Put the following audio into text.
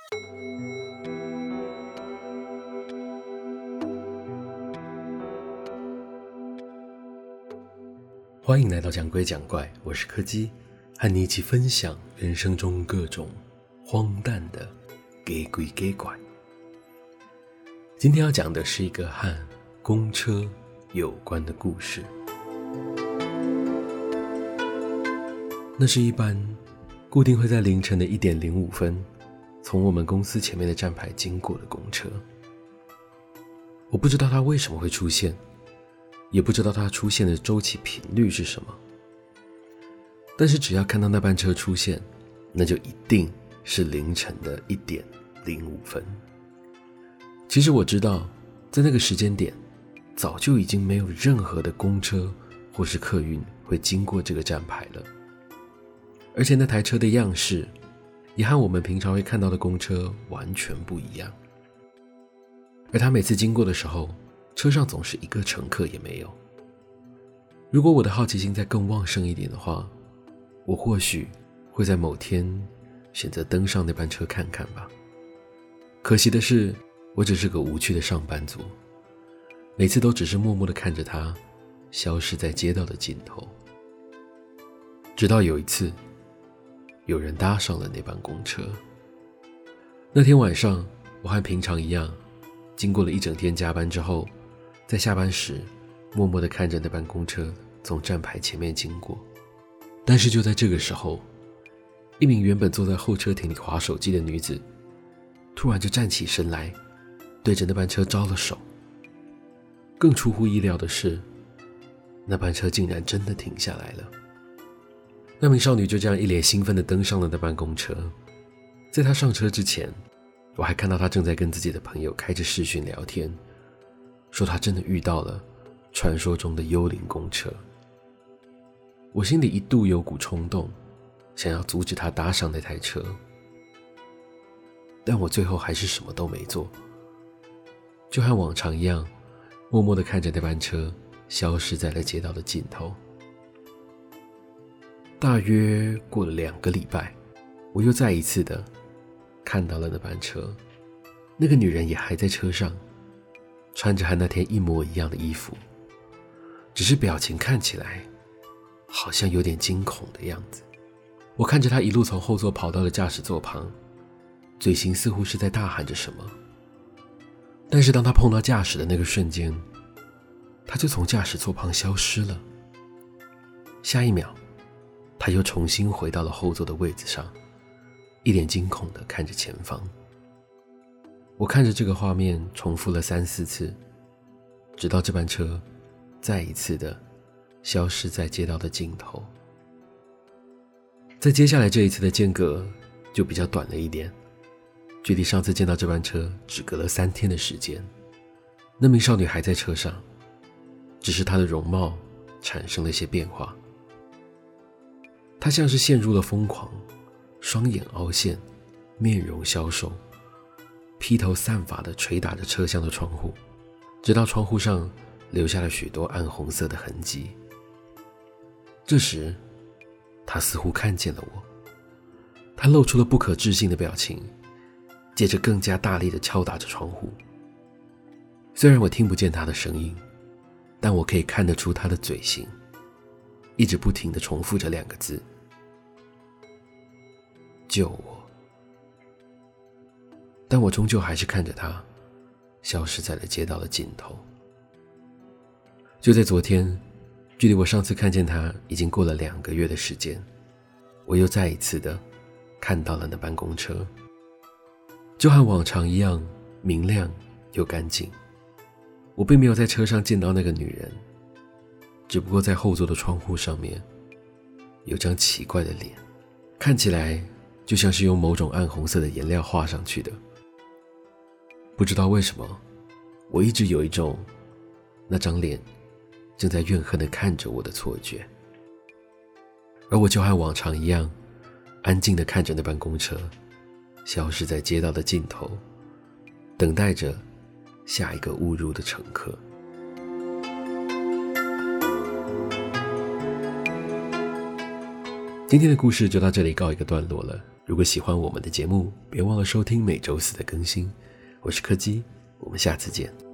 欢迎来到讲鬼讲怪，我是柯基，和你一起分享人生中各种荒诞的给鬼给怪。今天要讲的是一个和公车有关的故事。那是一班固定会在凌晨的1点05分从我们公司前面的站牌经过的公车。我不知道它为什么会出现，也不知道它出现的周期频率是什么，但是只要看到那班车出现，那就一定是凌晨的1点05分。其实我知道，在那个时间点，早就已经没有任何的公车或是客运会经过这个站牌了，而且那台车的样式也和我们平常会看到的公车完全不一样。而他每次经过的时候，车上总是一个乘客也没有。如果我的好奇心再更旺盛一点的话，我或许会在某天选择登上那班车看看吧。可惜的是，我只是个无趣的上班族，每次都只是默默地看着它消失在街道的尽头。直到有一次，有人搭上了那班公车。那天晚上，我和平常一样，经过了一整天加班之后，在下班时默默地看着那班公车从站牌前面经过。但是就在这个时候，一名原本坐在候车亭里滑手机的女子突然就站起身来，对着那班车招了手。更出乎意料的是，那班车竟然真的停下来了。那名少女就这样一脸兴奋地登上了那班公车。在她上车之前，我还看到她正在跟自己的朋友开着视讯聊天，说她真的遇到了传说中的幽灵公车。我心里一度有股冲动，想要阻止她搭上那台车，但我最后还是什么都没做，就和往常一样，默默地看着那班车消失在了街道的尽头。大约过了2个礼拜，我又再一次的看到了那班车，那个女人也还在车上，穿着和那天一模一样的衣服，只是表情看起来好像有点惊恐的样子。我看着她一路从后座跑到了驾驶座旁，嘴型似乎是在大喊着什么，但是当她碰到驾驶的那个瞬间，她就从驾驶座旁消失了。下一秒，她又重新回到了后座的位子上，一脸惊恐地看着前方。我看着这个画面重复了3、4次，直到这班车再一次的消失在街道的尽头。在接下来这一次的间隔就比较短了一点，距离上次见到这班车只隔了3天的时间。那名少女还在车上，只是她的容貌产生了一些变化。她像是陷入了疯狂，双眼凹陷，面容消瘦，披头散发地捶打着车厢的窗户，直到窗户上留下了许多暗红色的痕迹。这时，她似乎看见了我，她露出了不可置信的表情，接着更加大力地敲打着窗户。虽然我听不见她的声音，但我可以看得出她的嘴型一直不停地重复着2个字：救我。但我终究还是看着她消失在了街道的尽头。就在昨天，距离我上次看见她已经过了2个月的时间，我又再一次的看到了那班公车，就和往常一样明亮又干净。我并没有在车上见到那个女人，只不过在后座的窗户上面有张奇怪的脸，看起来就像是用某种暗红色的颜料画上去的。不知道为什么，我一直有一种那张脸正在怨恨地看着我的错觉。而我就和往常一样，安静地看着那班公车消失在街道的尽头，等待着下一个误入的乘客。今天的故事就到这里告一个段落了。 如果喜欢我们的节目，别忘了收听每周四的更新。我是柯基，我们下次见。